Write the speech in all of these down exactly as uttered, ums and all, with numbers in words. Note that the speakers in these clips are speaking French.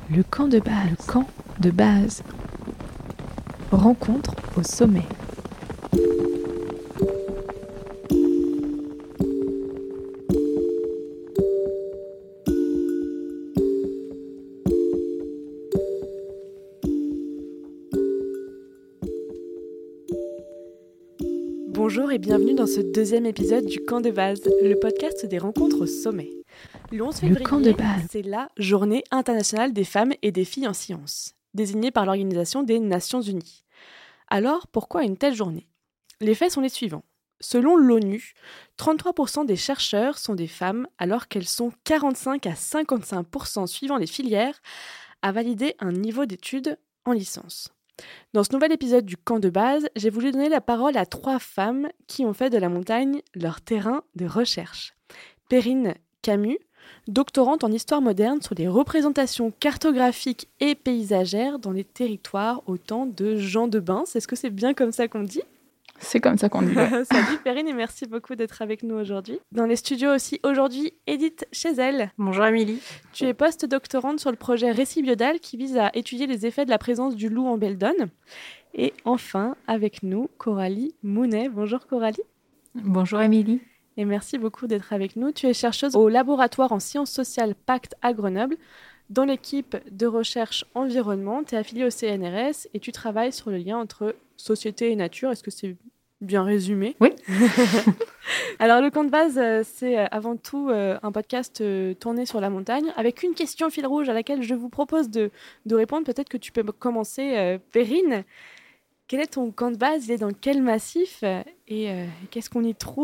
Le camp de base. Le camp de base. Rencontre au sommet. Bonjour et bienvenue dans ce deuxième épisode du Camp de base, le podcast des rencontres au sommet. Le onze février, camp de base. C'est la Journée internationale des femmes et des filles en sciences, désignée par l'Organisation des Nations Unies. Alors, pourquoi une telle journée ? Les faits sont les suivants. Selon l'ONU, trente-trois pour cent des chercheurs sont des femmes, alors qu'elles sont quarante-cinq à cinquante-cinq pour cent suivant les filières à valider un niveau d'études en licence. Dans ce nouvel épisode du Camp de base, j'ai voulu donner la parole à trois femmes qui ont fait de la montagne leur terrain de recherche. Perrine Camus, doctorante en histoire moderne sur les représentations cartographiques et paysagères dans les territoires au temps de Jean de Bins. Est-ce que c'est bien comme ça qu'on dit ? C'est comme ça qu'on dit. Ouais. Salut Perrine et merci beaucoup d'être avec nous aujourd'hui. Dans les studios aussi aujourd'hui, Edith Chesel. Bonjour Amélie. Tu es post-doctorante sur le projet Récit Biodal qui vise à étudier les effets de la présence du loup en Beldon. Et enfin, avec nous, Coralie Mounet. Bonjour Coralie. Bonjour Amélie. Et merci beaucoup d'être avec nous. Tu es chercheuse au laboratoire en sciences sociales Pacte à Grenoble. Dans l'équipe de recherche environnement, tu es affiliée au C N R S et tu travailles sur le lien entre société et nature. Est-ce que c'est bien résumé ? Oui. Alors, le camp de base, c'est avant tout un podcast tourné sur la montagne, avec une question fil rouge à laquelle je vous propose de, de répondre. Peut-être que tu peux commencer, Perrine. Quel est ton camp de base ? Il est dans quel massif ? Et euh, qu'est-ce qu'on y trouve ?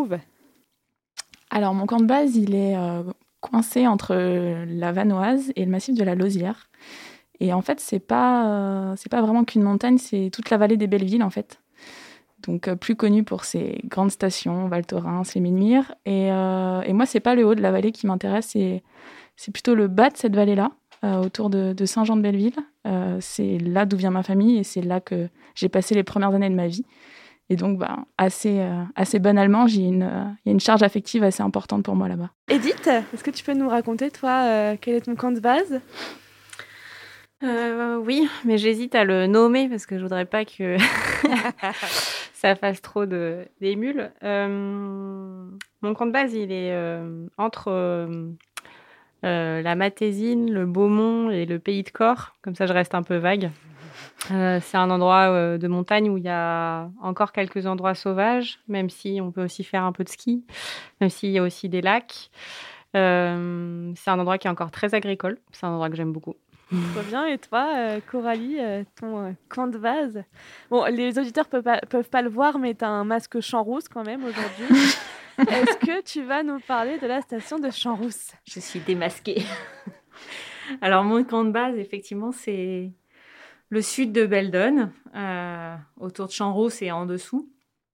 Alors, mon camp de base, il est euh, coincé entre la Vanoise et le massif de la Lausière. Et en fait, c'est pas, euh, c'est pas vraiment qu'une montagne, c'est toute la vallée des Bellevilles, en fait. Donc, euh, plus connue pour ses grandes stations, Val Thorens, les Mines-Mires. Et, euh, et moi, c'est pas le haut de la vallée qui m'intéresse, c'est, c'est plutôt le bas de cette vallée-là, euh, autour de, de Saint-Jean-de-Belleville. Euh, c'est là d'où vient ma famille et c'est là que j'ai passé les premières années de ma vie. Et donc, bah, assez, euh, assez banalement, il euh, y a une charge affective assez importante pour moi là-bas. Edith, est-ce que tu peux nous raconter, toi, euh, quel est ton camp de base ? euh, Oui, mais j'hésite à le nommer parce que je voudrais pas que ça fasse trop de, d'émules. Euh, mon camp de base, il est euh, entre euh, euh, la Matésine, le Beaumont et le Pays de Corps. Comme ça, je reste un peu vague. Euh, c'est un endroit euh, de montagne où il y a encore quelques endroits sauvages, même si on peut aussi faire un peu de ski, même s'il y a aussi des lacs. Euh, c'est un endroit qui est encore très agricole. C'est un endroit que j'aime beaucoup. Très bien. Et toi, euh, Coralie, euh, ton euh, camp de base ? Bon, les auditeurs peuvent pas, peuvent pas le voir, mais tu as un masque Champs-Rousses quand même aujourd'hui. Est-ce que tu vas nous parler de la station de Champs-Rousses ? Je suis démasquée. Alors, mon camp de base, effectivement, c'est le sud de Beldon, euh, autour de Champs-Rousses et en dessous,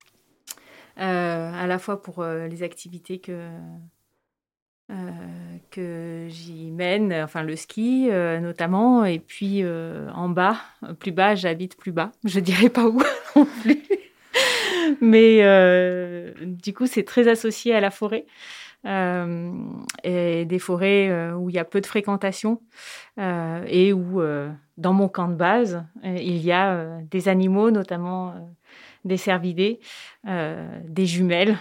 euh, à la fois pour euh, les activités que, euh, que j'y mène, enfin le ski euh, notamment, et puis euh, en bas, plus bas, j'habite plus bas, je dirais pas où non plus, mais euh, du coup c'est très associé à la forêt. Euh, et des forêts euh, où il y a peu de fréquentation euh, et où, euh, dans mon camp de base, euh, il y a euh, des animaux, notamment euh, des cervidés, euh, des jumelles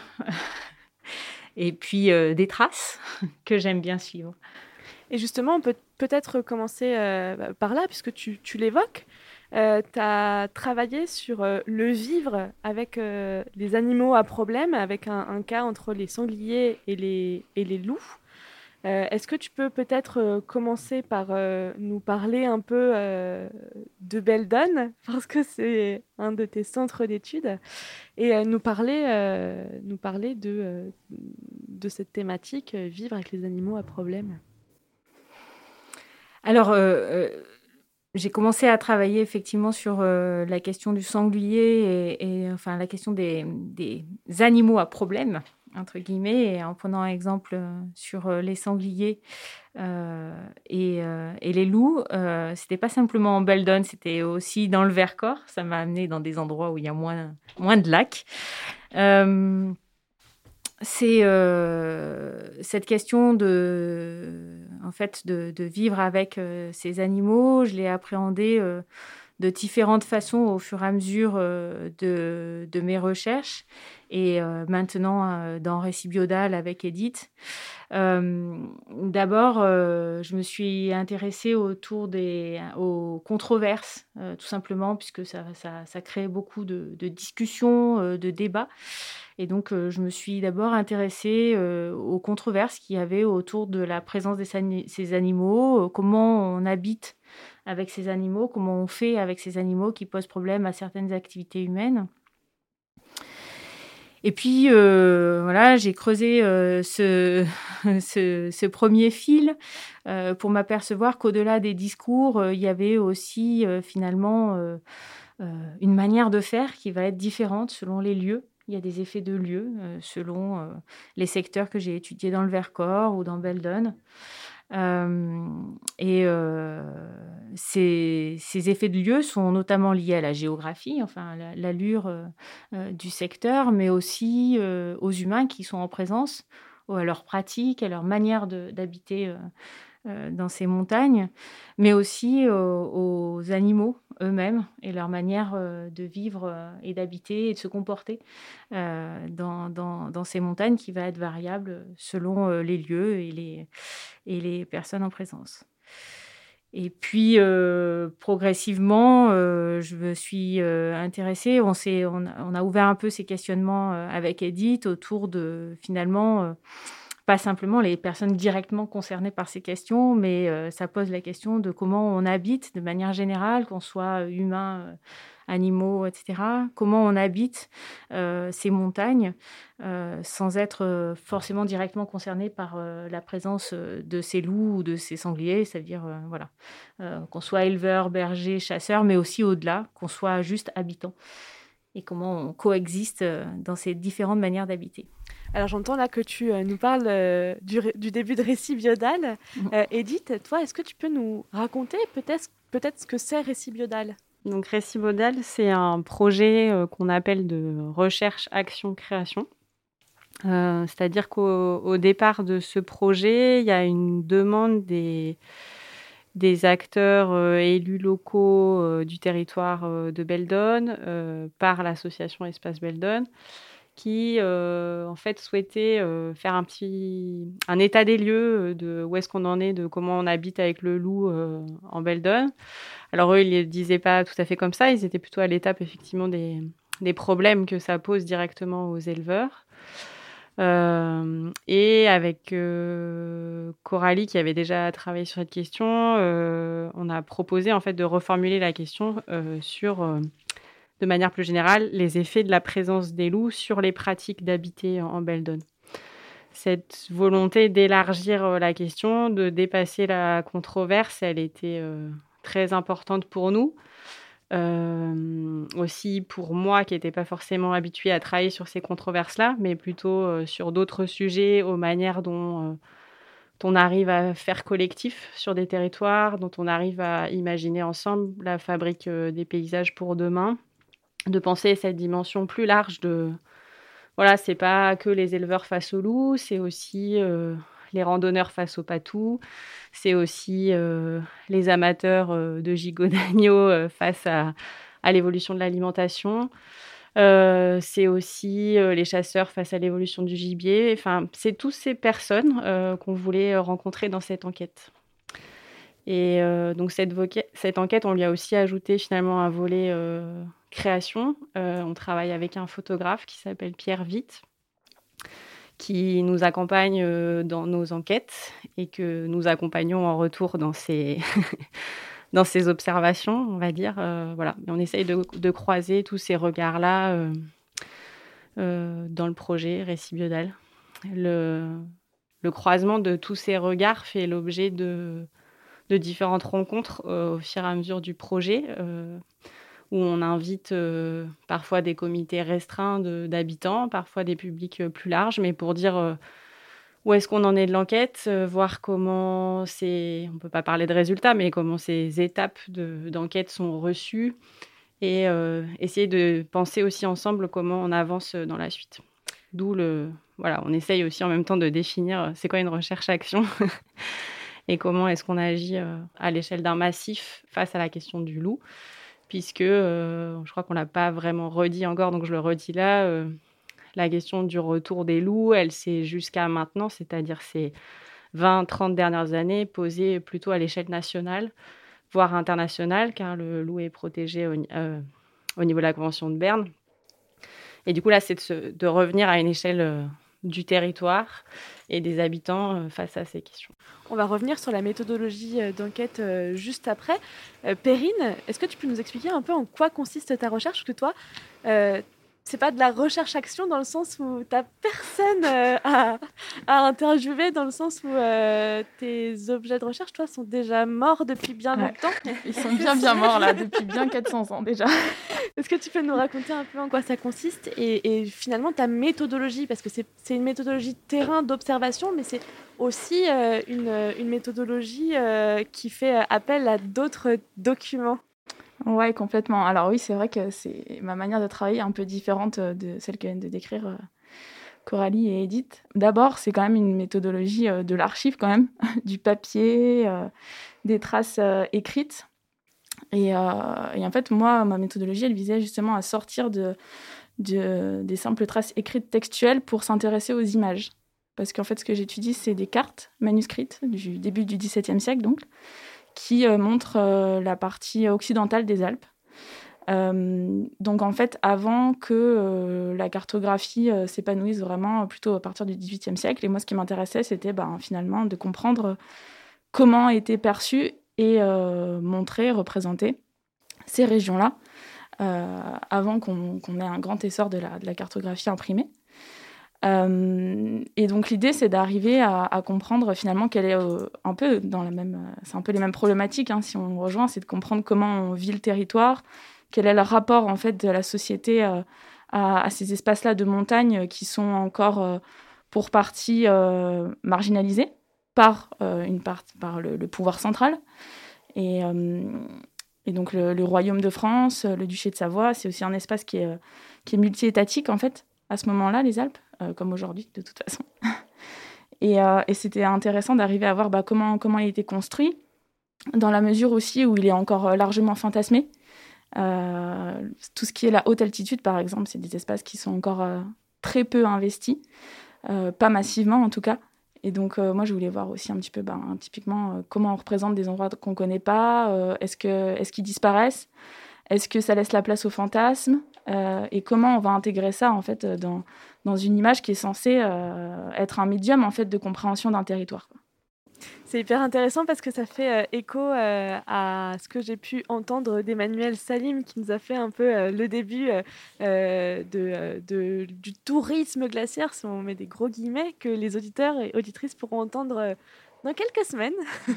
et puis euh, des traces que j'aime bien suivre. Et justement, on peut peut-être commencer euh, par là, puisque tu, tu l'évoques. Euh, tu as travaillé sur euh, le vivre avec euh, les animaux à problème, avec un, un cas entre les sangliers et les, et les loups. Euh, est-ce que tu peux peut-être euh, commencer par euh, nous parler un peu euh, de Beldon, parce que c'est un de tes centres d'études, et euh, nous parler, euh, nous parler de, euh, de cette thématique, euh, vivre avec les animaux à problème. Alors, euh, euh, j'ai commencé à travailler effectivement sur euh, la question du sanglier et, et enfin la question des, des animaux à problème, entre guillemets, et en prenant un exemple euh, sur euh, les sangliers euh, et, euh, et les loups. Euh, c'était pas simplement en Beldon, c'était aussi dans le Vercors. Ça m'a amené dans des endroits où il y a moins, moins de lacs. Euh, c'est euh, cette question de, en fait, de, de vivre avec euh, ces animaux. Je l'ai appréhendée euh, de différentes façons au fur et à mesure euh, de, de mes recherches. Et euh, maintenant, euh, dans Récit Biodal avec Edith. Euh, d'abord, euh, je me suis intéressée autour des, aux controverses, euh, tout simplement, puisque ça, ça, ça crée beaucoup de, de discussions, euh, de débats. Et donc, euh, je me suis d'abord intéressée euh, aux controverses qu'il y avait autour de la présence de ces animaux, euh, comment on habite avec ces animaux, comment on fait avec ces animaux qui posent problème à certaines activités humaines. Et puis, euh, voilà, j'ai creusé euh, ce, ce, ce premier fil euh, pour m'apercevoir qu'au-delà des discours, euh, il y avait aussi euh, finalement euh, euh, une manière de faire qui va être différente selon les lieux. Il y a des effets de lieu euh, selon euh, les secteurs que j'ai étudiés dans le Vercors ou dans Belledonne. Euh, et euh, ces, ces effets de lieu sont notamment liés à la géographie, enfin la, l'allure euh, euh, du secteur, mais aussi euh, aux humains qui sont en présence, à leurs pratiques, à leur manière de, d'habiter euh, euh, dans ces montagnes, mais aussi euh, aux animaux eux-mêmes et leur manière euh, de vivre euh, et d'habiter et de se comporter euh, dans, dans, dans ces montagnes qui va être variable selon euh, les lieux et les, et les personnes en présence. Et puis, euh, progressivement, euh, je me suis euh, intéressée, on, s'est, on, a, on a ouvert un peu ces questionnements euh, avec Edith autour de, finalement, euh, pas simplement les personnes directement concernées par ces questions, mais euh, ça pose la question de comment on habite de manière générale, qu'on soit humain, euh, animaux, et cetera. Comment on habite euh, ces montagnes euh, sans être euh, forcément directement concerné par euh, la présence euh, de ces loups ou de ces sangliers, c'est-à-dire euh, voilà, euh, qu'on soit éleveur, berger, chasseur, mais aussi au-delà, qu'on soit juste habitant. Et comment on coexiste euh, dans ces différentes manières d'habiter. Alors j'entends là que tu euh, nous parles euh, du, ré- du début de Récit Biodal. Euh, Edith, toi, est-ce que tu peux nous raconter peut-être, peut-être ce que c'est Récit Biodal ? Donc Récit Biodal, c'est un projet euh, qu'on appelle de recherche, action, création. Euh, c'est-à-dire qu'au au départ de ce projet, il y a une demande des, des acteurs euh, élus locaux euh, du territoire euh, de Belledonne euh, par l'association Espace Belledonne qui euh, en fait souhaitaient euh, faire un petit un état des lieux de où est-ce qu'on en est, de comment on habite avec le loup euh, en Belledonne. Alors eux, ils ne le disaient pas tout à fait comme ça, ils étaient plutôt à l'étape effectivement des, des problèmes que ça pose directement aux éleveurs. Euh, et avec euh, Coralie, qui avait déjà travaillé sur cette question, euh, on a proposé en fait de reformuler la question euh, sur, euh, de manière plus générale, les effets de la présence des loups sur les pratiques d'habiter en, en Belledonne. Cette volonté d'élargir la question, de dépasser la controverse, elle était euh, très importante pour nous. Euh, aussi pour moi qui n'étais pas forcément habituée à travailler sur ces controverses-là, mais plutôt euh, sur d'autres sujets, aux manières dont, euh, dont on arrive à faire collectif sur des territoires, dont on arrive à imaginer ensemble la fabrique euh, des paysages pour demain, de penser cette dimension plus large de... Voilà, c'est pas que les éleveurs face aux loups, c'est aussi... Euh, les randonneurs face aux patous, c'est aussi euh, les amateurs euh, de gigot d'agneau euh, face à, à l'évolution de l'alimentation. Euh, c'est aussi euh, les chasseurs face à l'évolution du gibier. Enfin, c'est toutes ces personnes euh, qu'on voulait rencontrer dans cette enquête. Et euh, donc cette, voca- cette enquête, on lui a aussi ajouté finalement un volet euh, création. Euh, on travaille avec un photographe qui s'appelle Pierre Witt, qui nous accompagne dans nos enquêtes et que nous accompagnons en retour dans ces, dans ces observations, on va dire. Euh, voilà. Et on essaye de, de croiser tous ces regards-là euh, euh, dans le projet Récit Biodal. Le, le croisement de tous ces regards fait l'objet de, de différentes rencontres euh, au fur et à mesure du projet, euh, où on invite euh, parfois des comités restreints de, d'habitants, parfois des publics euh, plus larges, mais pour dire euh, où est-ce qu'on en est de l'enquête, euh, voir comment c'est, on ne peut pas parler de résultats, mais comment ces étapes de, d'enquête sont reçues, et euh, essayer de penser aussi ensemble comment on avance dans la suite. D'où le, voilà, on essaye aussi en même temps de définir euh, c'est quoi une recherche-action et comment est-ce qu'on agit euh, à l'échelle d'un massif face à la question du loup, puisque euh, je crois qu'on ne l'a pas vraiment redit encore, donc je le redis là, euh, la question du retour des loups, elle s'est jusqu'à maintenant, c'est-à-dire ces vingt trente dernières années, posée plutôt à l'échelle nationale, voire internationale, car le loup est protégé au, euh, au niveau de la Convention de Berne. Et du coup, là, c'est de, se, de revenir à une échelle euh, du territoire et des habitants euh, face à ces questions. On va revenir sur la méthodologie euh, d'enquête euh, juste après. Euh, Perrine, est-ce que tu peux nous expliquer un peu en quoi consiste ta recherche? Parce que toi, euh, c'est pas de la recherche-action dans le sens où tu n'as personne euh, à, à interviewer, dans le sens où euh, tes objets de recherche, toi, sont déjà morts depuis bien Ouais. longtemps. Ils sont bien bien morts là, depuis bien quatre cents ans déjà. Est-ce que tu peux nous raconter un peu en quoi ça consiste et, et finalement ta méthodologie, parce que c'est, c'est une méthodologie de terrain, d'observation, mais c'est aussi euh, une, une méthodologie euh, qui fait appel à d'autres documents. Ouais, complètement. Alors oui, c'est vrai que c'est ma manière de travailler est un peu différente de celle que viennent de décrire euh, Coralie et Edith. D'abord, c'est quand même une méthodologie euh, de l'archive quand même, du papier, euh, des traces euh, écrites. Et, euh, et en fait, moi, ma méthodologie, elle visait justement à sortir de, de, des simples traces écrites textuelles pour s'intéresser aux images. Parce qu'en fait, ce que j'étudie, c'est des cartes manuscrites du début du dix-septième siècle, donc, qui euh, montrent euh, la partie occidentale des Alpes. Euh, donc, en fait, avant que euh, la cartographie euh, s'épanouisse vraiment, plutôt à partir du dix-huitième siècle, et moi, ce qui m'intéressait, c'était ben, finalement de comprendre comment étaient perçues et euh, montrer, représenter ces régions-là euh, avant qu'on, qu'on ait un grand essor de la, de la cartographie imprimée. Euh, et donc l'idée, c'est d'arriver à, à comprendre finalement quelle est euh, un peu dans la même, c'est un peu les mêmes problématiques. Hein, si on rejoint, c'est de comprendre comment on vit le territoire, quel est le rapport en fait de la société euh, à, à ces espaces-là de montagne qui sont encore euh, pour partie euh, marginalisés par euh, une part, par le, le pouvoir central. Et, euh, et donc le, le Royaume de France, le Duché de Savoie, c'est aussi un espace qui est, qui est multi-étatique en fait, à ce moment-là, les Alpes, euh, comme aujourd'hui de toute façon. et, euh, et c'était intéressant d'arriver à voir bah, comment, comment il a été construit, dans la mesure aussi où il est encore largement fantasmé. Euh, tout ce qui est la haute altitude, par exemple, c'est des espaces qui sont encore euh, très peu investis, euh, pas massivement en tout cas. Et donc, euh, moi, je voulais voir aussi un petit peu, ben, typiquement, euh, comment on représente des endroits qu'on ne connaît pas. Euh, est-ce que, est-ce qu'ils disparaissent? Est-ce que ça laisse la place au fantasme? euh, Et comment on va intégrer ça, en fait, dans, dans une image qui est censée euh, être un médium, en fait, de compréhension d'un territoire, quoi. C'est hyper intéressant parce que ça fait euh, écho euh, à ce que j'ai pu entendre d'Emmanuel Salim, qui nous a fait un peu euh, le début euh, de, de, du tourisme glaciaire, si on met des gros guillemets, que les auditeurs et auditrices pourront entendre euh, dans quelques semaines.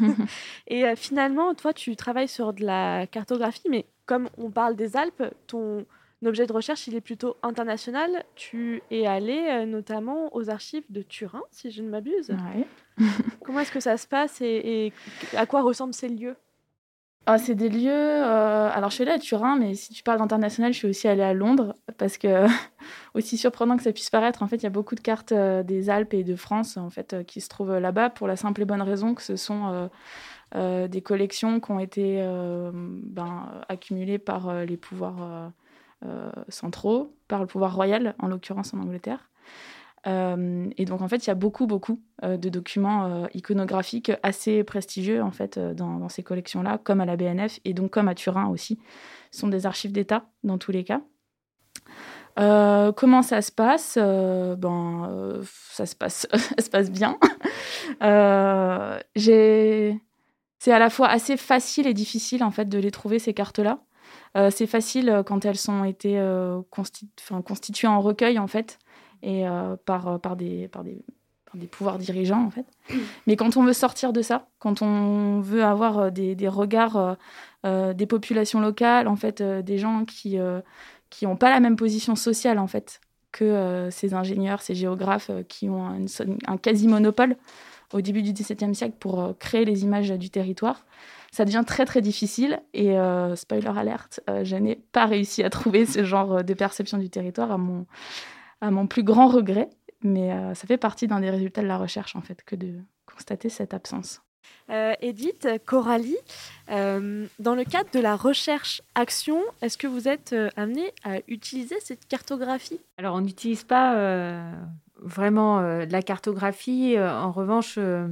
Et euh, finalement, toi, tu travailles sur de la cartographie, mais comme on parle des Alpes, ton objet de recherche, il est plutôt international. Tu es allé euh, notamment aux archives de Turin, si je ne m'abuse. Ouais. Comment est-ce que ça se passe et, et à quoi ressemblent ces lieux? Ah, c'est des lieux... Euh... Alors, je suis allée à Turin, mais si tu parles d'international, je suis aussi allée à Londres, parce que, aussi surprenant que ça puisse paraître, en fait, il y a beaucoup de cartes euh, des Alpes et de France, en fait, euh, qui se trouvent là-bas, pour la simple et bonne raison que ce sont euh, euh, des collections qui ont été euh, ben, accumulées par euh, les pouvoirs euh, euh, centraux, par le pouvoir royal, en l'occurrence en Angleterre. Euh, et donc en fait il y a beaucoup beaucoup euh, de documents euh, iconographiques assez prestigieux en fait euh, dans, dans ces collections là, comme à la B N F et donc comme à Turin aussi. Ce sont des archives d'État dans tous les cas. Euh, comment ça se passe? euh, ben euh, ça se passe ça se passe bien. euh, j'ai c'est à la fois assez facile et difficile en fait de les trouver, ces cartes là. Euh, c'est facile quand elles ont été euh, constitu- enfin, constituées en recueil en fait, et euh, par, par, des, par, des, par des pouvoirs dirigeants, en fait. Mais quand on veut sortir de ça, quand on veut avoir des, des regards euh, euh, des populations locales, en fait, euh, des gens qui euh, qui n'ont pas la même position sociale, en fait, que euh, ces ingénieurs, ces géographes euh, qui ont un, un quasi-monopole au début du dix-septième siècle pour euh, créer les images du territoire, ça devient très, très difficile. Et euh, spoiler alerte, euh, je n'ai pas réussi à trouver ce genre de perception du territoire à mon... à mon plus grand regret. mais euh, ça fait partie d'un des résultats de la recherche, en fait, que de constater cette absence. Euh, Edith, Coralie, euh, dans le cadre de la recherche-action, est-ce que vous êtes euh, amenés à utiliser cette cartographie ? Alors, on n'utilise pas euh, vraiment euh, de la cartographie. Euh, en revanche, euh,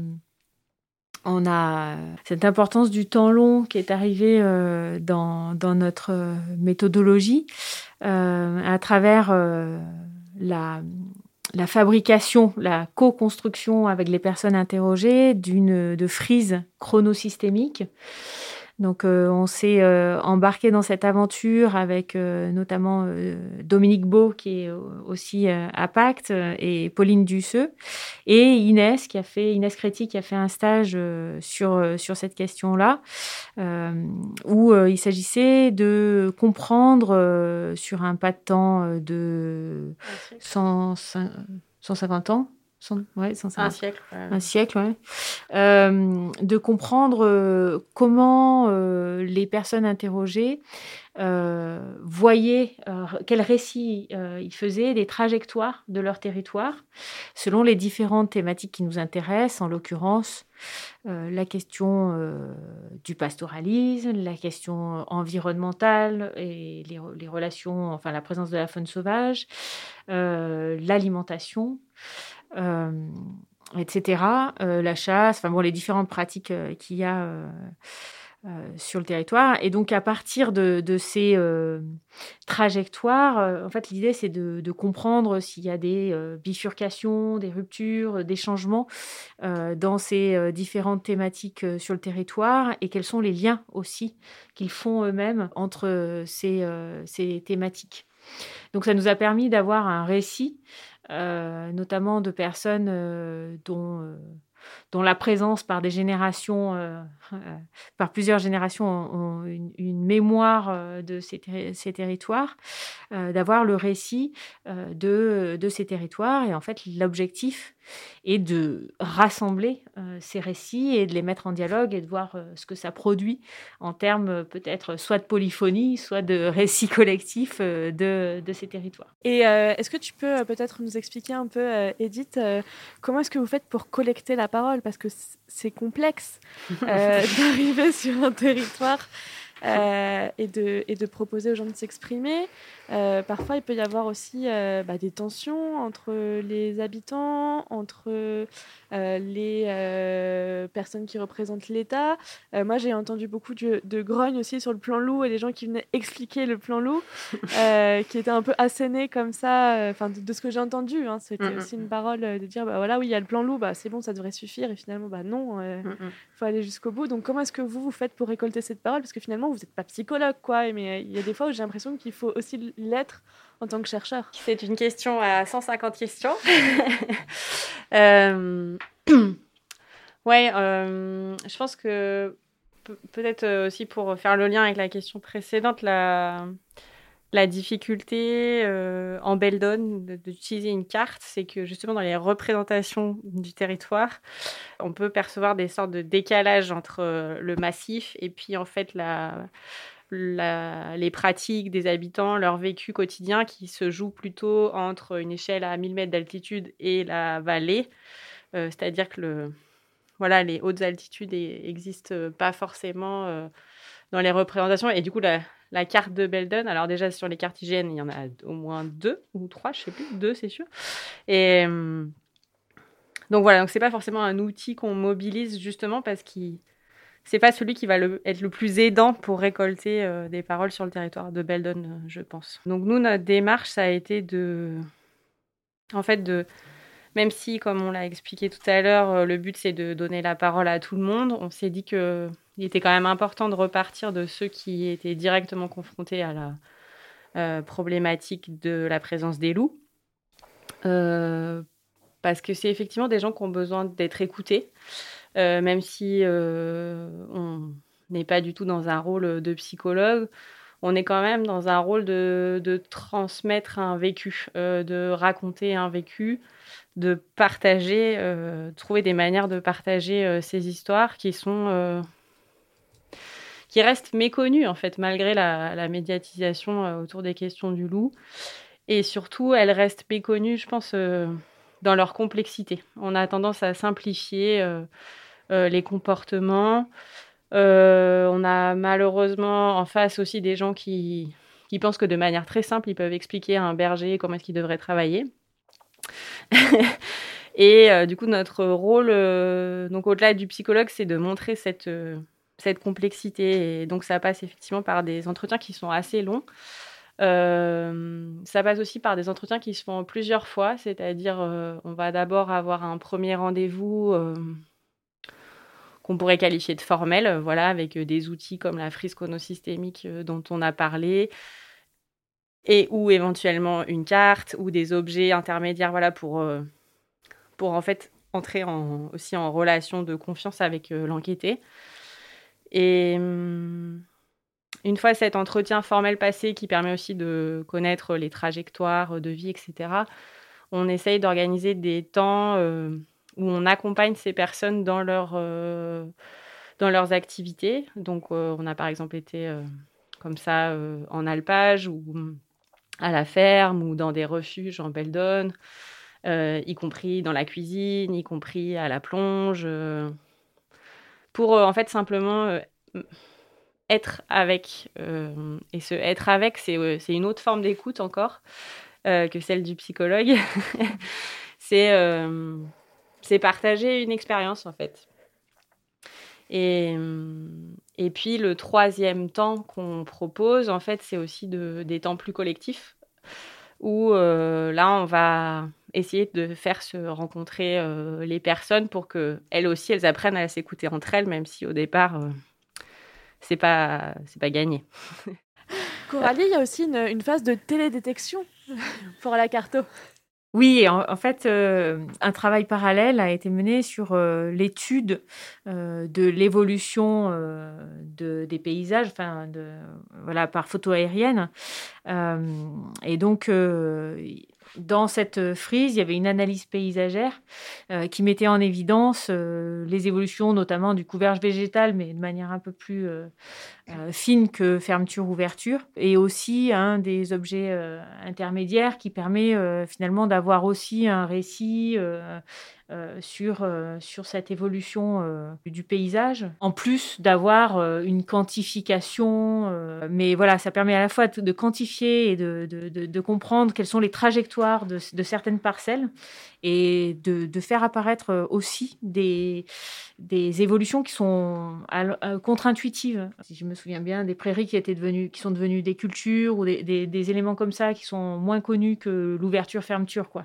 on a cette importance du temps long qui est arrivée euh, dans, dans notre euh, méthodologie euh, à travers euh, la... la fabrication, la co-construction avec les personnes interrogées d'une de frises chronosystémiques. Donc, euh, on s'est euh, embarqué dans cette aventure avec euh, notamment euh, Dominique Beau, qui est aussi euh, à Pacte, euh, et Pauline Dusseux, et Inès, qui a fait, Inès Créti, qui a fait un stage euh, sur, euh, sur cette question-là, euh, où euh, il s'agissait de comprendre euh, sur un pas de temps euh, de cent cinquante ans, cent, ouais, cent cinquante, un siècle. Ouais. Un siècle, ouais. Euh, de comprendre euh, comment euh, les personnes interrogées euh, voyaient, euh, quels récits euh, ils faisaient, des trajectoires de leur territoire, selon les différentes thématiques qui nous intéressent, en l'occurrence euh, la question euh, du pastoralisme, la question environnementale et les, les relations, enfin la présence de la faune sauvage, euh, l'alimentation, euh, et cetera, euh, la chasse, enfin bon, les différentes pratiques euh, qu'il y a euh, euh, sur le territoire. Et donc, à partir de, de ces euh, trajectoires, euh, en fait, l'idée, c'est de, de comprendre s'il y a des euh, bifurcations, des ruptures, des changements euh, dans ces euh, différentes thématiques euh, sur le territoire et quels sont les liens aussi qu'ils font eux-mêmes entre ces, euh, ces thématiques. Donc, ça nous a permis d'avoir un récit Euh, notamment de personnes euh, dont, euh, dont la présence par des générations, euh, euh, par plusieurs générations, ont, ont une, une mémoire euh, de ces, ter- ces territoires, euh, d'avoir le récit euh, de, de ces territoires. Et en fait, l'objectif est de rassembler euh, ces récits et de les mettre en dialogue et de voir euh, ce que ça produit en termes euh, peut-être soit de polyphonie, soit de récits collectifs euh, de, de ces territoires. Et euh, est-ce que tu peux euh, peut-être nous expliquer un peu, euh, Edith, euh, comment est-ce que vous faites pour collecter la parole ? Parce que c'est complexe euh, d'arriver sur un territoire euh, et, de, et de proposer aux gens de s'exprimer. Euh, parfois, il peut y avoir aussi euh, bah, des tensions entre les habitants, entre euh, les euh, personnes qui représentent l'État. Euh, moi, j'ai entendu beaucoup de, de grognes aussi sur le plan loup et des gens qui venaient expliquer le plan loup, euh, qui étaient un peu assénés comme ça. Enfin, de, de ce que j'ai entendu, hein, c'était mmh. aussi une parole de dire, bah voilà, oui, il y a le plan loup, bah c'est bon, ça devrait suffire. Et finalement, bah non, il euh, mmh. faut aller jusqu'au bout. Donc, comment est-ce que vous vous faites pour récolter cette parole ? Parce que finalement, vous n'êtes pas psychologue, quoi. Mais il y a des fois où j'ai l'impression qu'il faut aussi l'être en tant que chercheur. C'est une question à cent cinquante questions. euh... ouais, euh, je pense que pe- peut-être aussi pour faire le lien avec la question précédente, la, la difficulté euh, en Beldon d'utiliser une carte, c'est que justement dans les représentations du territoire, on peut percevoir des sortes de décalage entre le massif et puis en fait la... La, les pratiques des habitants, leur vécu quotidien qui se joue plutôt entre une échelle à mille mètres d'altitude et la vallée. Euh, c'est-à-dire que le, voilà, les hautes altitudes n'existent pas forcément euh, dans les représentations. Et du coup, la, la carte de Beldon, alors déjà sur les cartes I G N, il y en a au moins deux ou trois, je ne sais plus, deux c'est sûr. Et euh, donc voilà, donc ce n'est pas forcément un outil qu'on mobilise justement parce qu'il c'est pas celui qui va le, être le plus aidant pour récolter euh, des paroles sur le territoire de Beldon, euh, je pense. Donc nous, notre démarche, ça a été de... En fait, de... Même si, comme on l'a expliqué tout à l'heure, euh, le but, c'est de donner la parole à tout le monde, on s'est dit qu'il était quand même important de repartir de ceux qui étaient directement confrontés à la euh, problématique de la présence des loups. Euh, parce que c'est effectivement des gens qui ont besoin d'être écoutés. Euh, même si euh, on n'est pas du tout dans un rôle de psychologue, on est quand même dans un rôle de, de transmettre un vécu, euh, de raconter un vécu, de partager, euh, trouver des manières de partager euh, ces histoires qui sont... Euh, qui restent méconnues, en fait, malgré la, la médiatisation euh, autour des questions du loup. Et surtout, elles restent méconnues, je pense... Euh, dans leur complexité. On a tendance à simplifier euh, euh, les comportements. Euh, on a malheureusement en face aussi des gens qui, qui pensent que de manière très simple, ils peuvent expliquer à un berger comment est-ce qu'il devrait travailler. Et euh, du coup, notre rôle, euh, donc au-delà du psychologue, c'est de montrer cette, euh, cette complexité. Et donc, ça passe effectivement par des entretiens qui sont assez longs. Euh, ça passe aussi par des entretiens qui se font plusieurs fois, c'est-à-dire euh, on va d'abord avoir un premier rendez-vous euh, qu'on pourrait qualifier de formel, euh, voilà, avec euh, des outils comme la frise chronosystémique euh, dont on a parlé, et ou éventuellement une carte ou des objets intermédiaires, voilà, pour, euh, pour en fait entrer en, aussi en relation de confiance avec euh, l'enquêté. Et hum, une fois cet entretien formel passé, qui permet aussi de connaître les trajectoires de vie, et cetera, on essaye d'organiser des temps euh, où on accompagne ces personnes dans, leur, euh, dans leurs activités. Donc, euh, on a par exemple été euh, comme ça euh, en alpage ou à la ferme ou dans des refuges en Beldon, euh, y compris dans la cuisine, y compris à la plonge, euh, pour euh, en fait simplement... Euh, être avec. Euh, et ce être avec, c'est, euh, c'est une autre forme d'écoute encore euh, que celle du psychologue. c'est, euh, c'est partager une expérience, en fait. Et, et puis, le troisième temps qu'on propose, en fait, c'est aussi de, des temps plus collectifs, où euh, là, on va essayer de faire se rencontrer euh, les personnes pour qu'elles aussi, elles apprennent à s'écouter entre elles, même si au départ... Euh, c'est pas, c'est pas gagné. Coralie, il y a aussi une, une phase de télédétection pour la carto. Oui, en, en fait, euh, un travail parallèle a été mené sur euh, l'étude euh, de l'évolution euh, de, des paysages, enfin, de, voilà, par photo aérienne. Euh, et donc, euh, dans cette frise, il y avait une analyse paysagère euh, qui mettait en évidence euh, les évolutions, notamment du couvercle végétal, mais de manière un peu plus euh, euh, fine que fermeture-ouverture, et aussi un des objets euh, intermédiaires qui permet euh, finalement d'avoir aussi un récit euh, euh, sur, euh, sur cette évolution euh, du paysage, en plus d'avoir euh, une quantification. Euh, mais voilà, ça permet à la fois de, de quantifier et de, de, de, de comprendre quelles sont les trajectoires de, de certaines parcelles, et de, de faire apparaître aussi des, des évolutions qui sont euh, contre-intuitives. Si je me souviens bien, des prairies qui, étaient devenues, qui sont devenues des cultures, ou des, des, des éléments comme ça qui sont moins connus que l'ouverture-fermeture, quoi.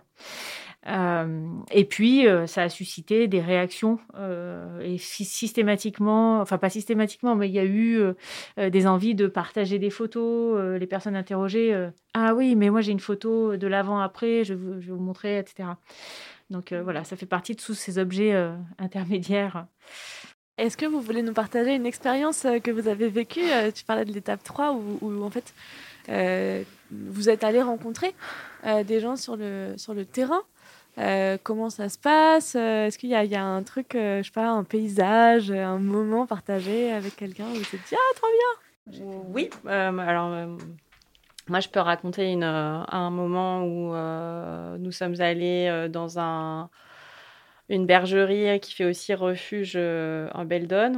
Euh, et puis, euh, ça a suscité des réactions euh, et systématiquement, enfin pas systématiquement, mais il y a eu euh, des envies de partager des photos. Euh, les personnes interrogées, euh, ah oui, mais moi j'ai une photo de l'avant-après, je, je vais vous montrer, et cetera. Donc euh, voilà, ça fait partie de tous ces objets euh, intermédiaires. Est-ce que vous voulez nous partager une expérience que vous avez vécue ? Tu parlais de l'étape trois où, où en fait euh, vous êtes allé rencontrer euh, des gens sur le, sur le terrain. Euh, comment ça se passe ? Est-ce qu'il y a, il y a un truc, euh, je sais pas, un paysage, un moment partagé avec quelqu'un où vous vous êtes dit « Ah, trop bien !» Oui, euh, alors euh, moi je peux raconter une, euh, un moment où euh, nous sommes allés euh, dans un, une bergerie qui fait aussi refuge euh, en Beldon.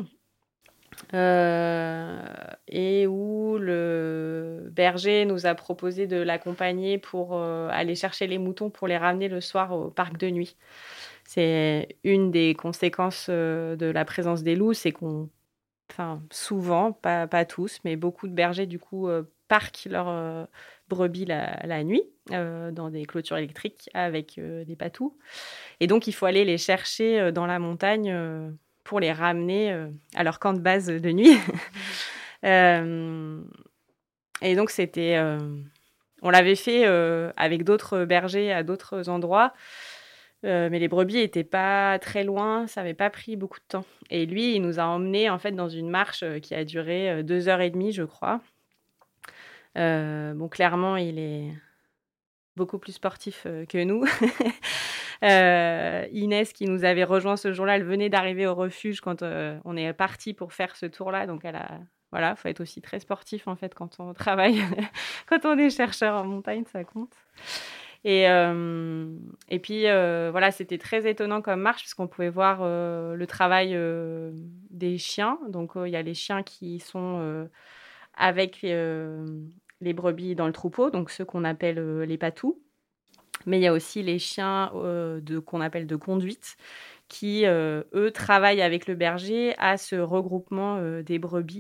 Euh, et où le berger nous a proposé de l'accompagner pour euh, aller chercher les moutons pour les ramener le soir au parc de nuit. C'est une des conséquences euh, de la présence des loups, c'est qu'on, enfin souvent, pas, pas tous, mais beaucoup de bergers du coup euh, parquent leurs euh, brebis la, la nuit euh, dans des clôtures électriques avec euh, des patous. Et donc il faut aller les chercher euh, dans la montagne euh, pour les ramener euh, à leur camp de base de nuit. euh, et donc, c'était... Euh, on l'avait fait euh, avec d'autres bergers à d'autres endroits, euh, mais les brebis n'étaient pas très loin, ça n'avait pas pris beaucoup de temps. Et lui, il nous a emmenés en fait, dans une marche qui a duré deux heures et demie, je crois. Euh, bon, clairement, il est beaucoup plus sportif euh, que nous. Euh, Inès, qui nous avait rejoint ce jour-là, elle venait d'arriver au refuge quand euh, on est parti pour faire ce tour-là. Donc, elle a, voilà, faut être aussi très sportif en fait quand on travaille, quand on est chercheur en montagne, ça compte. Et, euh, et puis, euh, voilà, c'était très étonnant comme marche, puisqu'on pouvait voir euh, le travail euh, des chiens. Donc, il euh, y a les chiens qui sont euh, avec euh, les brebis dans le troupeau, donc ceux qu'on appelle euh, les patous. Mais il y a aussi les chiens euh, de, qu'on appelle de conduite, qui, euh, eux, travaillent avec le berger à ce regroupement euh, des brebis.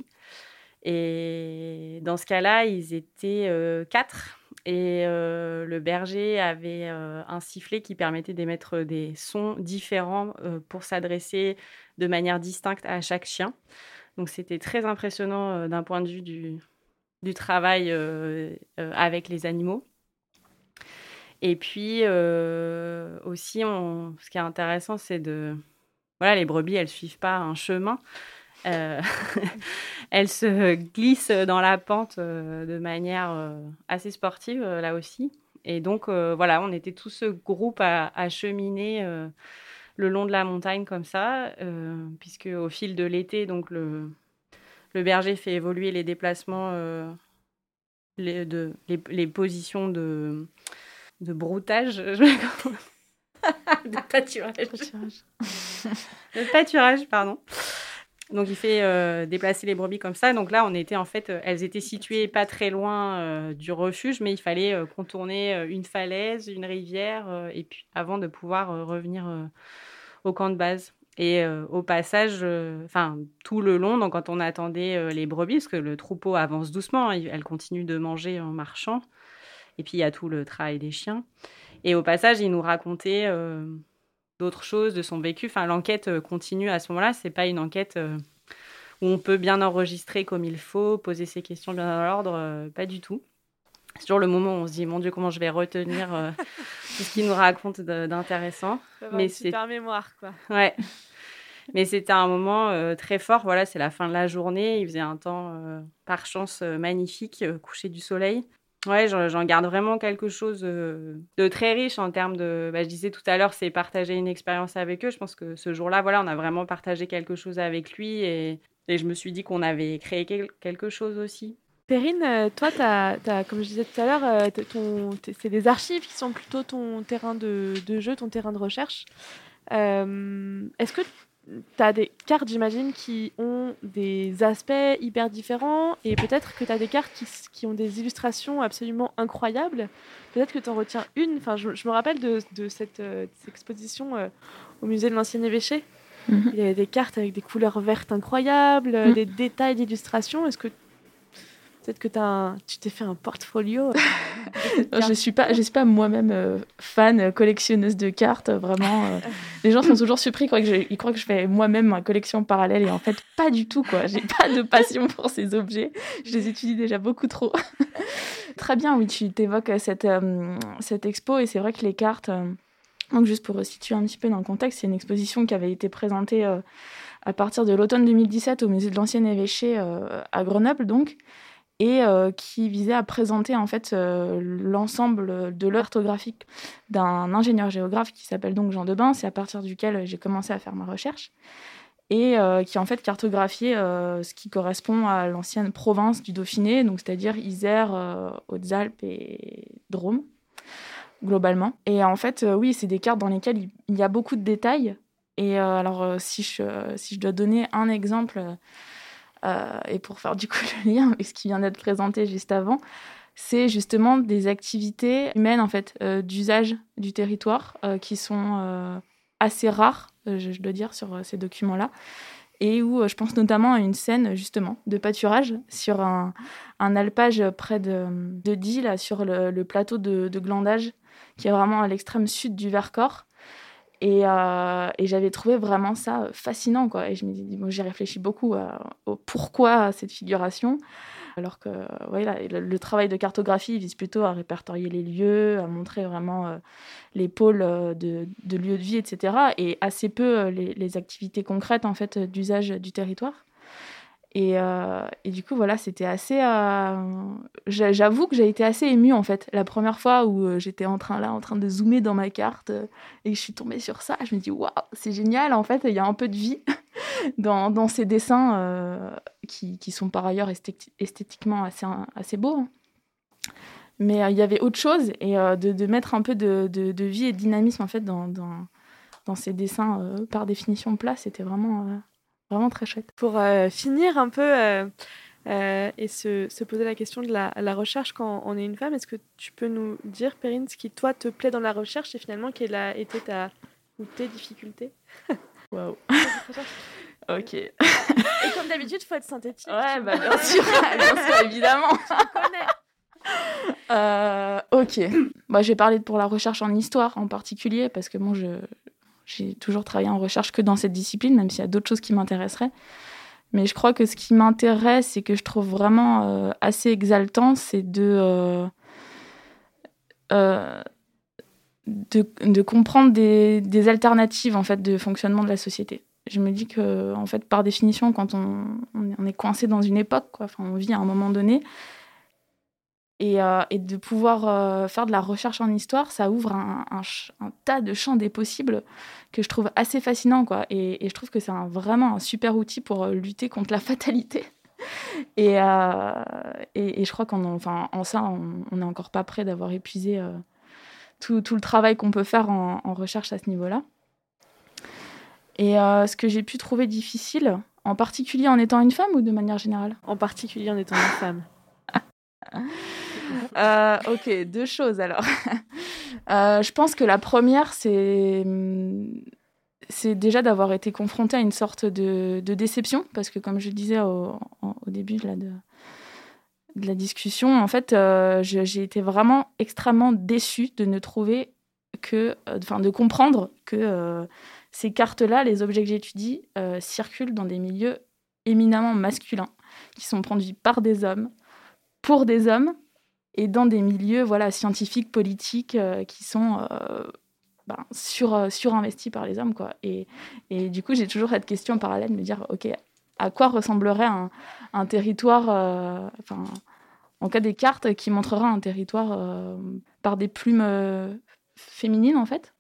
Et dans ce cas-là, ils étaient euh, quatre. Et euh, le berger avait euh, un sifflet qui permettait d'émettre des sons différents euh, pour s'adresser de manière distincte à chaque chien. Donc c'était très impressionnant euh, d'un point de vue du, du travail euh, euh, avec les animaux. Et puis euh, aussi, on, ce qui est intéressant, c'est de... Voilà, les brebis, elles ne suivent pas un chemin. Euh, elles se glissent dans la pente euh, de manière euh, assez sportive, euh, là aussi. Et donc, euh, voilà, on était tout ce groupe à, à cheminer euh, le long de la montagne comme ça, euh, puisque au fil de l'été, donc le, le berger fait évoluer les déplacements, euh, les, de, les, les positions de, de broutage, de pâturage. Pâturage. de pâturage, pardon. Donc, il fait euh, déplacer les brebis comme ça. Donc là, on était en fait, euh, elles étaient situées pas très loin euh, du refuge, mais il fallait euh, contourner euh, une falaise, une rivière, euh, et puis avant de pouvoir euh, revenir euh, au camp de base. Et euh, au passage, enfin euh, tout le long, donc quand on attendait euh, les brebis, parce que le troupeau avance doucement, hein, elles continuent de manger en marchant. Et puis il y a tout le travail des chiens. Et au passage, il nous racontait euh, d'autres choses de son vécu. Enfin, l'enquête continue à ce moment-là. C'est pas une enquête euh, où on peut bien enregistrer comme il faut, poser ses questions bien dans l'ordre. Euh, pas du tout. C'est toujours le moment où on se dit, mon Dieu, comment je vais retenir euh, tout ce qu'il nous raconte de, d'intéressant. Mais c'est super mémoire, quoi. Ouais. Mais c'était un moment euh, très fort. Voilà, c'est la fin de la journée. Il faisait un temps, euh, par chance, euh, magnifique, euh, coucher du soleil. Ouais, j'en, j'en garde vraiment quelque chose euh, de très riche en termes de... Bah, je disais tout à l'heure, c'est partager une expérience avec eux. Je pense que ce jour-là, voilà, on a vraiment partagé quelque chose avec lui. Et, et je me suis dit qu'on avait créé quel- quelque chose aussi. Perrine, toi, t'as, t'as, comme je disais tout à l'heure, euh, ton, c'est des archives qui sont plutôt ton terrain de, de jeu, ton terrain de recherche. Euh, est-ce que tu as des cartes, j'imagine, qui ont des aspects hyper différents et peut-être que tu as des cartes qui, qui ont des illustrations absolument incroyables. Peut-être que tu en retiens une. Enfin, je, je me rappelle de, de, cette, euh, de cette exposition euh, au musée de l'Ancien Évêché. Mm-hmm. Il y avait des cartes avec des couleurs vertes incroyables, mm-hmm. des détails d'illustration. Est-ce que peut-être que t'as un... tu t'es fait un portfolio. Je ne suis pas, je suis pas moi-même euh, fan, collectionneuse de cartes. Vraiment, euh, les gens sont toujours surpris. Ils croient, que je, ils croient que je fais moi-même ma collection parallèle. Et en fait, pas du tout, quoi. J'ai pas de passion pour ces objets. Je les étudie déjà beaucoup trop. Très bien, oui, tu t'évoques cette, euh, cette expo. Et c'est vrai que les cartes... Euh, donc, juste pour situer un petit peu dans le contexte, c'est une exposition qui avait été présentée euh, à partir de l'automne deux mille dix-sept au musée de l'Ancien Évêché euh, à Grenoble, donc. Et euh, qui visait à présenter en fait euh, l'ensemble de l'œuvre cartographique d'un ingénieur géographe qui s'appelle donc Jean Debin. C'est à partir duquel j'ai commencé à faire ma recherche et euh, qui en fait cartographiait euh, ce qui correspond à l'ancienne province du Dauphiné, donc c'est-à-dire Isère, euh, Hautes-Alpes et Drôme globalement. Et en fait, euh, oui, c'est des cartes dans lesquelles il, il y a beaucoup de détails. Et euh, alors, euh, si je si je dois donner un exemple. Euh, et pour faire du coup le lien avec ce qui vient d'être présenté juste avant, c'est justement des activités humaines en fait, euh, d'usage du territoire euh, qui sont euh, assez rares, euh, je, je dois dire, sur euh, ces documents-là, et où euh, je pense notamment à une scène justement de pâturage sur un, un alpage près de, de Die, là, sur le, le plateau de, de Glandage, qui est vraiment à l'extrême sud du Vercors. Et, euh, et j'avais trouvé vraiment ça fascinant, quoi. Et je me dis, bon, j'ai réfléchi beaucoup à, au pourquoi cette figuration, alors que voilà, le, le travail de cartographie vise plutôt à répertorier les lieux, à montrer vraiment euh, les pôles de, de lieux de vie, et cetera. Et assez peu euh, les, les activités concrètes en fait d'usage du territoire. Et, euh, et du coup, voilà, c'était assez... Euh... J'avoue que j'ai été assez émue, en fait. La première fois où j'étais en train, là, en train de zoomer dans ma carte euh, et que je suis tombée sur ça, je me dis, waouh, c'est génial, en fait, il y a un peu de vie dans, dans ces dessins euh, qui, qui sont par ailleurs esthé- esthétiquement assez, assez beaux. Hein. Mais il euh, y avait autre chose, et euh, de, de mettre un peu de, de, de vie et de dynamisme en fait, dans, dans, dans ces dessins euh, par définition plats, c'était vraiment, euh, vraiment très chouette. Pour euh, finir un peu euh, euh, et se, se poser la question de la, la recherche quand on est une femme, est-ce que tu peux nous dire, Perrine, ce qui toi te plaît dans la recherche et finalement quelle a été ta ou tes difficultés? Waouh. Ok. Et comme d'habitude, il faut être synthétique. Ouais, bah bien sûr, bien sûr, évidemment. Tu me connais. Euh, ok. Moi, je vais parler pour la recherche en histoire en particulier, parce que moi, je, j'ai toujours travaillé en recherche que dans cette discipline, même s'il y a d'autres choses qui m'intéresseraient. Mais je crois que ce qui m'intéresse et que je trouve vraiment euh, assez exaltant, c'est de, euh, euh, de, de comprendre des, des alternatives en fait, de fonctionnement de la société. Je me dis que, en fait, par définition, quand on, on est coincé dans une époque, quoi, enfin, on vit à un moment donné, et, euh, et de pouvoir euh, faire de la recherche en histoire, ça ouvre un, un, un tas de champs des possibles que je trouve assez fascinant, quoi. Et, et je trouve que c'est un, vraiment un super outil pour lutter contre la fatalité. Et, euh, et, et je crois qu'en enfin, en ça, on n'est encore pas prêt d'avoir épuisé euh, tout, tout le travail qu'on peut faire en, en recherche à ce niveau-là. Et euh, ce que j'ai pu trouver difficile, en particulier en étant une femme ou de manière générale? En particulier en étant une femme. euh, ok, deux choses alors. euh, je pense que la première, c'est, c'est déjà d'avoir été confrontée à une sorte de, de déception, parce que comme je le disais au, au début là, de, de la discussion, en fait, euh, je, j'ai été vraiment extrêmement déçue de ne trouver que, enfin, euh, de comprendre que euh, ces cartes-là, les objets que j'étudie, euh, circulent dans des milieux éminemment masculins, qui sont produits par des hommes, pour des hommes, et dans des milieux voilà, scientifiques, politiques, euh, qui sont euh, ben, sur, euh, surinvestis par les hommes, quoi. Et, et du coup, j'ai toujours cette question en parallèle, de me dire, OK, à quoi ressemblerait un, un territoire, euh, enfin, en cas des cartes, qui montrera un territoire euh, par des plumes euh, féminines, en fait.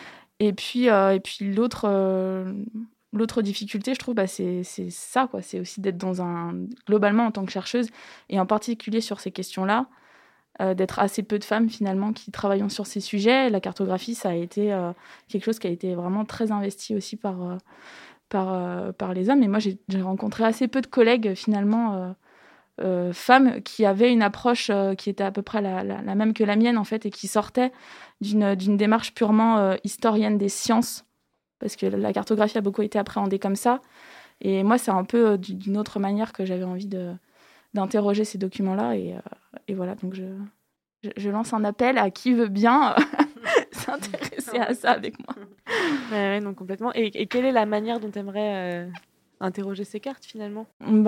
Et puis, euh, et puis l'autre, euh, l'autre difficulté, je trouve, bah, c'est, c'est ça, quoi. C'est aussi d'être dans un... Globalement, en tant que chercheuse, et en particulier sur ces questions-là, euh, d'être assez peu de femmes, finalement, qui travaillent sur ces sujets. La cartographie, ça a été euh, quelque chose qui a été vraiment très investi aussi par, euh, par, euh, par les hommes. Et moi, j'ai, j'ai rencontré assez peu de collègues, finalement, euh, euh, femmes qui avaient une approche euh, qui était à peu près la, la, la même que la mienne, en fait, et qui sortaient d'une, d'une démarche purement euh, historienne des sciences, parce que la cartographie a beaucoup été appréhendée comme ça. Et moi, c'est un peu euh, d'une autre manière que j'avais envie de, d'interroger ces documents-là. Et, euh, et voilà, donc je, je, je lance un appel à qui veut bien s'intéresser à ça avec moi. Ouais, ouais, non, complètement. Et, et quelle est la manière dont tu aimerais... Euh... interroger ces cartes finalement?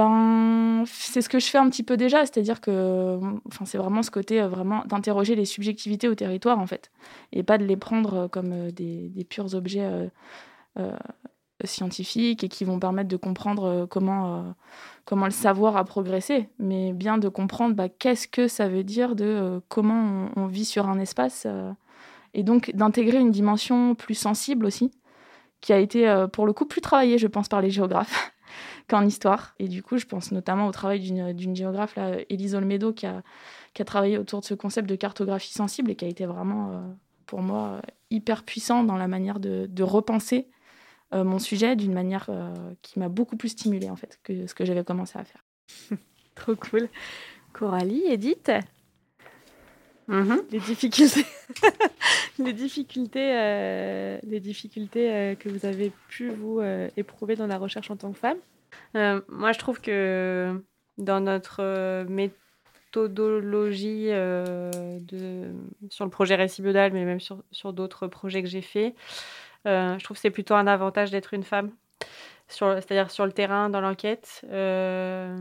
Ben, c'est ce que je fais un petit peu déjà, c'est-à-dire que enfin, c'est vraiment ce côté euh, vraiment d'interroger les subjectivités au territoire en fait, et pas de les prendre comme euh, des, des purs objets euh, euh, scientifiques et qui vont permettre de comprendre euh, comment, euh, comment le savoir a progressé, mais bien de comprendre bah, qu'est-ce que ça veut dire de euh, comment on, on vit sur un espace euh, et donc d'intégrer une dimension plus sensible aussi, qui a été, euh, pour le coup, plus travaillée, je pense, par les géographes qu'en histoire. Et du coup, je pense notamment au travail d'une, d'une géographe, là, Élise Olmedo, qui a, qui a travaillé autour de ce concept de cartographie sensible et qui a été vraiment, euh, pour moi, euh, hyper puissant dans la manière de, de repenser euh, mon sujet d'une manière euh, qui m'a beaucoup plus stimulée, en fait, que ce que j'avais commencé à faire. Trop cool. Coralie, Edith, Mm-hmm. les difficultés, les difficultés, euh, les difficultés euh, que vous avez pu vous euh, éprouver dans la recherche en tant que femme. Euh, moi, je trouve que dans notre euh, méthodologie euh, de, sur le projet Récit Biodal, mais même sur, sur d'autres projets que j'ai faits, euh, je trouve que c'est plutôt un avantage d'être une femme, sur, c'est-à-dire sur le terrain, dans l'enquête. Euh,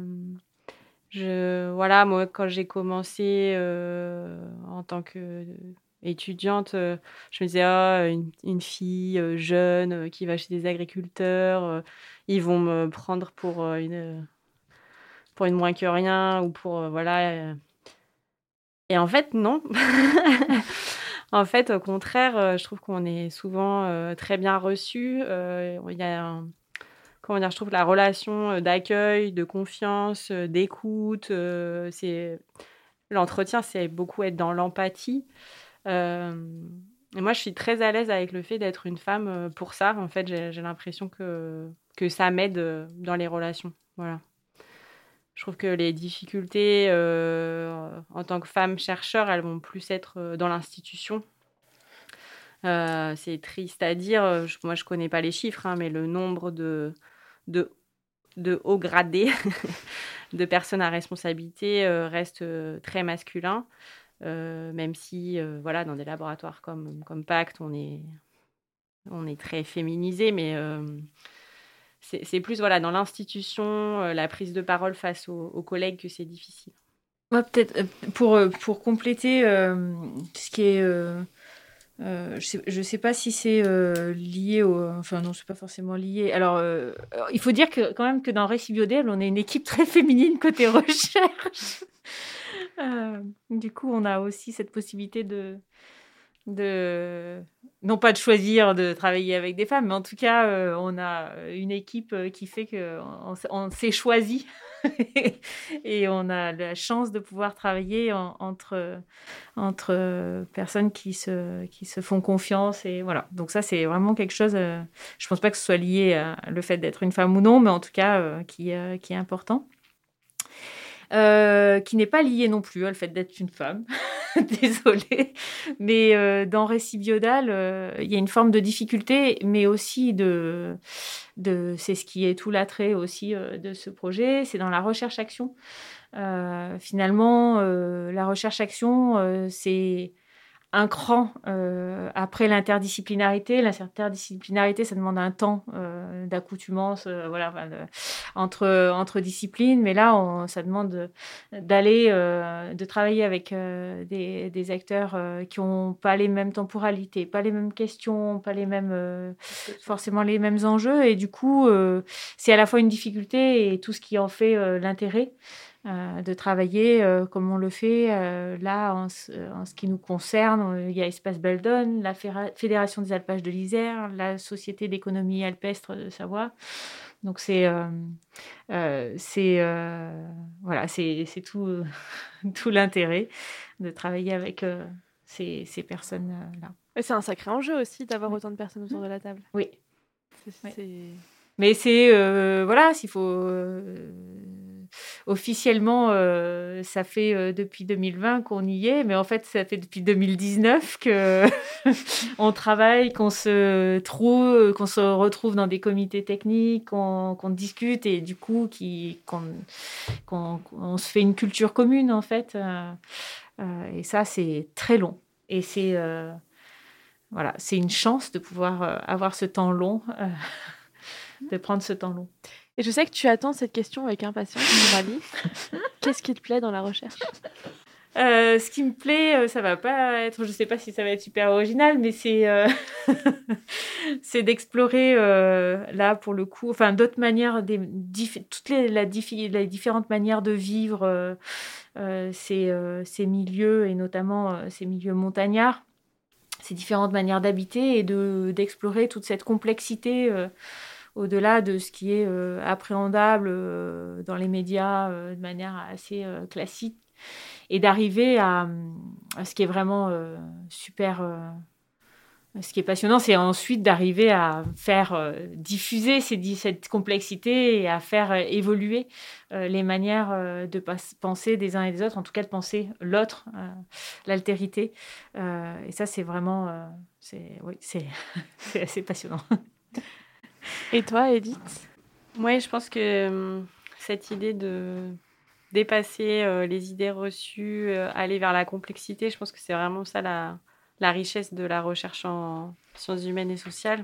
Je, voilà, moi, quand j'ai commencé euh, en tant qu'étudiante, euh, je me disais, ah, une, une fille euh, jeune euh, qui va chez des agriculteurs, euh, ils vont me prendre pour, euh, une, pour une moins que rien, ou pour, euh, voilà. euh. Et en fait, non. En fait, au contraire, euh, je trouve qu'on est souvent euh, très bien reçus. Euh, Il y a un... Comment dire, je trouve la relation d'accueil, de confiance, d'écoute, euh, c'est, l'entretien, c'est beaucoup être dans l'empathie. Euh, et moi, je suis très à l'aise avec le fait d'être une femme pour ça. En fait, j'ai, j'ai l'impression que, que ça m'aide dans les relations. Voilà. Je trouve que les difficultés euh, en tant que femme chercheur, elles vont plus être dans l'institution. Euh, c'est triste à dire. Je, moi, je connais pas les chiffres, hein, mais le nombre de, de, de hauts gradés, de personnes à responsabilité euh, reste euh, très masculin. Euh, même si, euh, voilà, dans des laboratoires comme, comme Pacte, on est, on est très féminisé, mais euh, c'est, c'est plus voilà, dans l'institution, euh, la prise de parole face aux, aux collègues que c'est difficile. Ouais, peut-être euh, pour, euh, pour compléter euh, ce qui est... Euh, euh, je sais, je sais pas si c'est euh, lié au... Enfin non, c'est pas forcément lié. Alors, euh, il faut dire que, quand même que dans Récibiodel, on est une équipe très féminine côté recherche. Euh, du coup, on a aussi cette possibilité de, de, non pas de choisir de travailler avec des femmes, mais en tout cas, euh, on a une équipe qui fait qu'on on s'est choisi et on a la chance de pouvoir travailler en, entre, entre personnes qui se, qui se font confiance. Et voilà. Donc ça, c'est vraiment quelque chose, euh, je ne pense pas que ce soit lié à le fait d'être une femme ou non, mais en tout cas, euh, qui, euh, qui est important. Euh, qui n'est pas lié non plus au fait d'être une femme. Désolée. Mais euh, dans Récit biodal, euh, il y a une forme de difficulté, mais aussi de... de c'est ce qui est tout l'attrait aussi euh, de ce projet, c'est dans la recherche-action. Euh, finalement, euh, la recherche-action, euh, c'est un cran euh, après l'interdisciplinarité. L'interdisciplinarité, ça demande un temps euh, d'accoutumance euh, voilà, enfin, de, entre, entre disciplines. Mais là, on, ça demande d'aller, euh, de travailler avec euh, des, des acteurs euh, qui n'ont pas les mêmes temporalités, pas les mêmes questions, pas les mêmes, euh, forcément les mêmes enjeux. Et du coup, euh, c'est à la fois une difficulté et tout ce qui en fait euh, l'intérêt. Euh, de travailler euh, comme on le fait euh, là en ce, en ce qui nous concerne. Il y a Espace Beldon, la Féra- Fédération des alpages de l'Isère, la Société d'économie alpestre de Savoie. Donc c'est euh, euh, c'est euh, voilà c'est, c'est tout, euh, tout l'intérêt de travailler avec euh, ces, ces personnes là. Et c'est un sacré enjeu aussi d'avoir autant de personnes autour de la table. Oui. C'est, oui. c'est... Mais c'est euh, voilà, s'il faut euh, officiellement, euh, ça fait euh, depuis deux mille vingt qu'on y est, mais en fait, ça fait depuis deux mille dix-neuf que on travaille, qu'on se trouve, qu'on se retrouve dans des comités techniques, qu'on, qu'on discute et du coup, qui, qu'on, qu'on, qu'on se fait une culture commune en fait. Euh, euh, et ça, c'est très long. Et c'est euh, voilà, c'est une chance de pouvoir euh, avoir ce temps long. Euh, de prendre ce temps long. Et je sais que tu attends cette question avec impatience, Coralie. Qu'est-ce qui te plaît dans la recherche ? euh, Ce qui me plaît, ça va pas être, je sais pas si ça va être super original, mais c'est, euh, c'est d'explorer euh, là pour le coup, enfin d'autres manières, des, dif- toutes les, la diffi- les différentes manières de vivre euh, euh, ces, euh, ces milieux et notamment euh, ces milieux montagnards, ces différentes manières d'habiter et de, d'explorer toute cette complexité. Euh, au-delà de ce qui est euh, appréhendable euh, dans les médias euh, de manière assez euh, classique, et d'arriver à, à ce qui est vraiment euh, super... Euh, ce qui est passionnant, c'est ensuite d'arriver à faire euh, diffuser ces, cette complexité et à faire euh, évoluer euh, les manières euh, de pas, penser des uns et des autres, en tout cas de penser l'autre, euh, l'altérité. Euh, et ça, c'est vraiment... Euh, c'est, oui, c'est, c'est assez passionnant. Et toi, Edith ? Oui, je pense que euh, cette idée de dépasser euh, les idées reçues, euh, aller vers la complexité, je pense que c'est vraiment ça la, la richesse de la recherche en sciences humaines et sociales.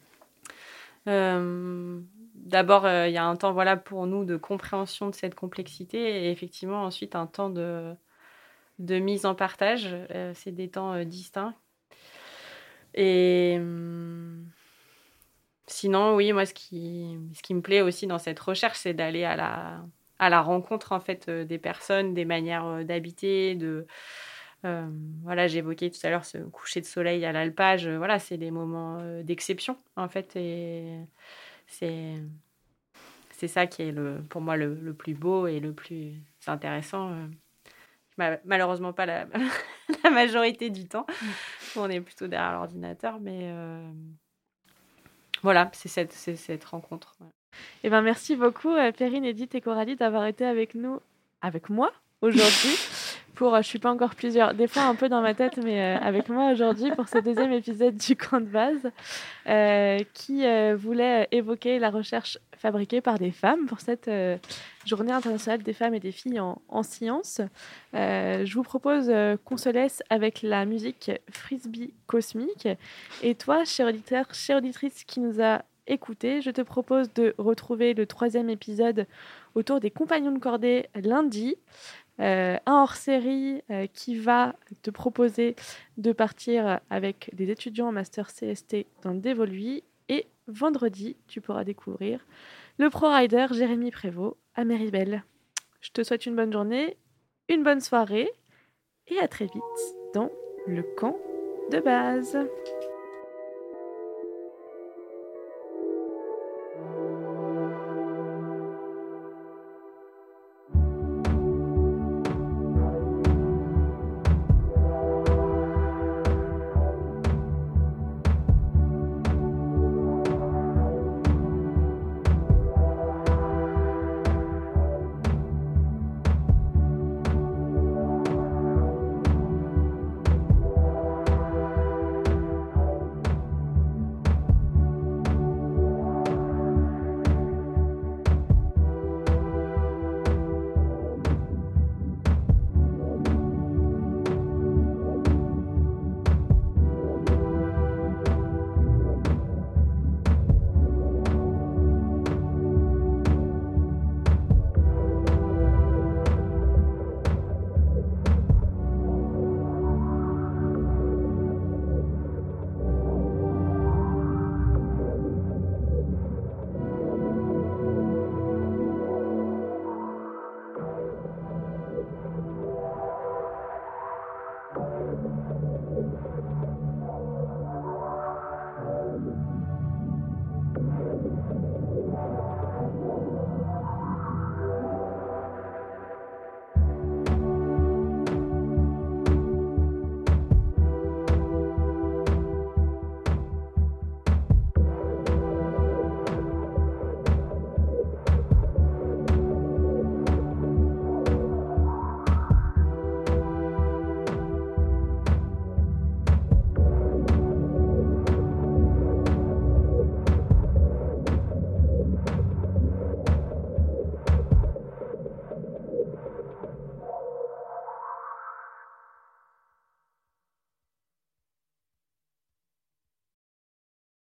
Euh, d'abord, il euh, y a un temps voilà, pour nous de compréhension de cette complexité et effectivement ensuite un temps de, de mise en partage. Euh, c'est des temps euh, distincts. Et... Euh, Sinon, oui, moi, ce qui, ce qui me plaît aussi dans cette recherche, c'est d'aller à la, à la rencontre en fait euh, des personnes, des manières euh, d'habiter, de euh, voilà, j'évoquais tout à l'heure ce coucher de soleil à l'alpage. Euh, voilà, c'est des moments euh, d'exception en fait, et c'est c'est ça qui est le, pour moi le, le plus beau et le plus intéressant. Euh, Bah, malheureusement pas la, la majorité du temps. On est plutôt derrière l'ordinateur, mais euh, voilà, c'est cette, c'est cette rencontre. Ouais. Eh ben, merci beaucoup, euh, Perrine, Edith et Coralie, d'avoir été avec nous, avec moi aujourd'hui. Pour, euh, je suis pas encore plusieurs, des fois un peu dans ma tête, mais euh, avec moi aujourd'hui pour ce deuxième épisode du camp de base, euh, qui euh, voulait évoquer la recherche fabriquée par des femmes pour cette euh, journée internationale des femmes et des filles en, en sciences. Euh, je vous propose euh, qu'on se laisse avec la musique Frisbee Cosmique. Et toi, cher auditeur, chère auditrice qui nous a écouté, je te propose de retrouver le troisième épisode autour des compagnons de cordée lundi. Euh, un hors-série euh, qui va te proposer de partir avec des étudiants en master C S T dans le Dévoluy. Et vendredi, tu pourras découvrir le pro-rider Jérémy Prévost à Méribel. Je te souhaite une bonne journée, une bonne soirée et à très vite dans le camp de base.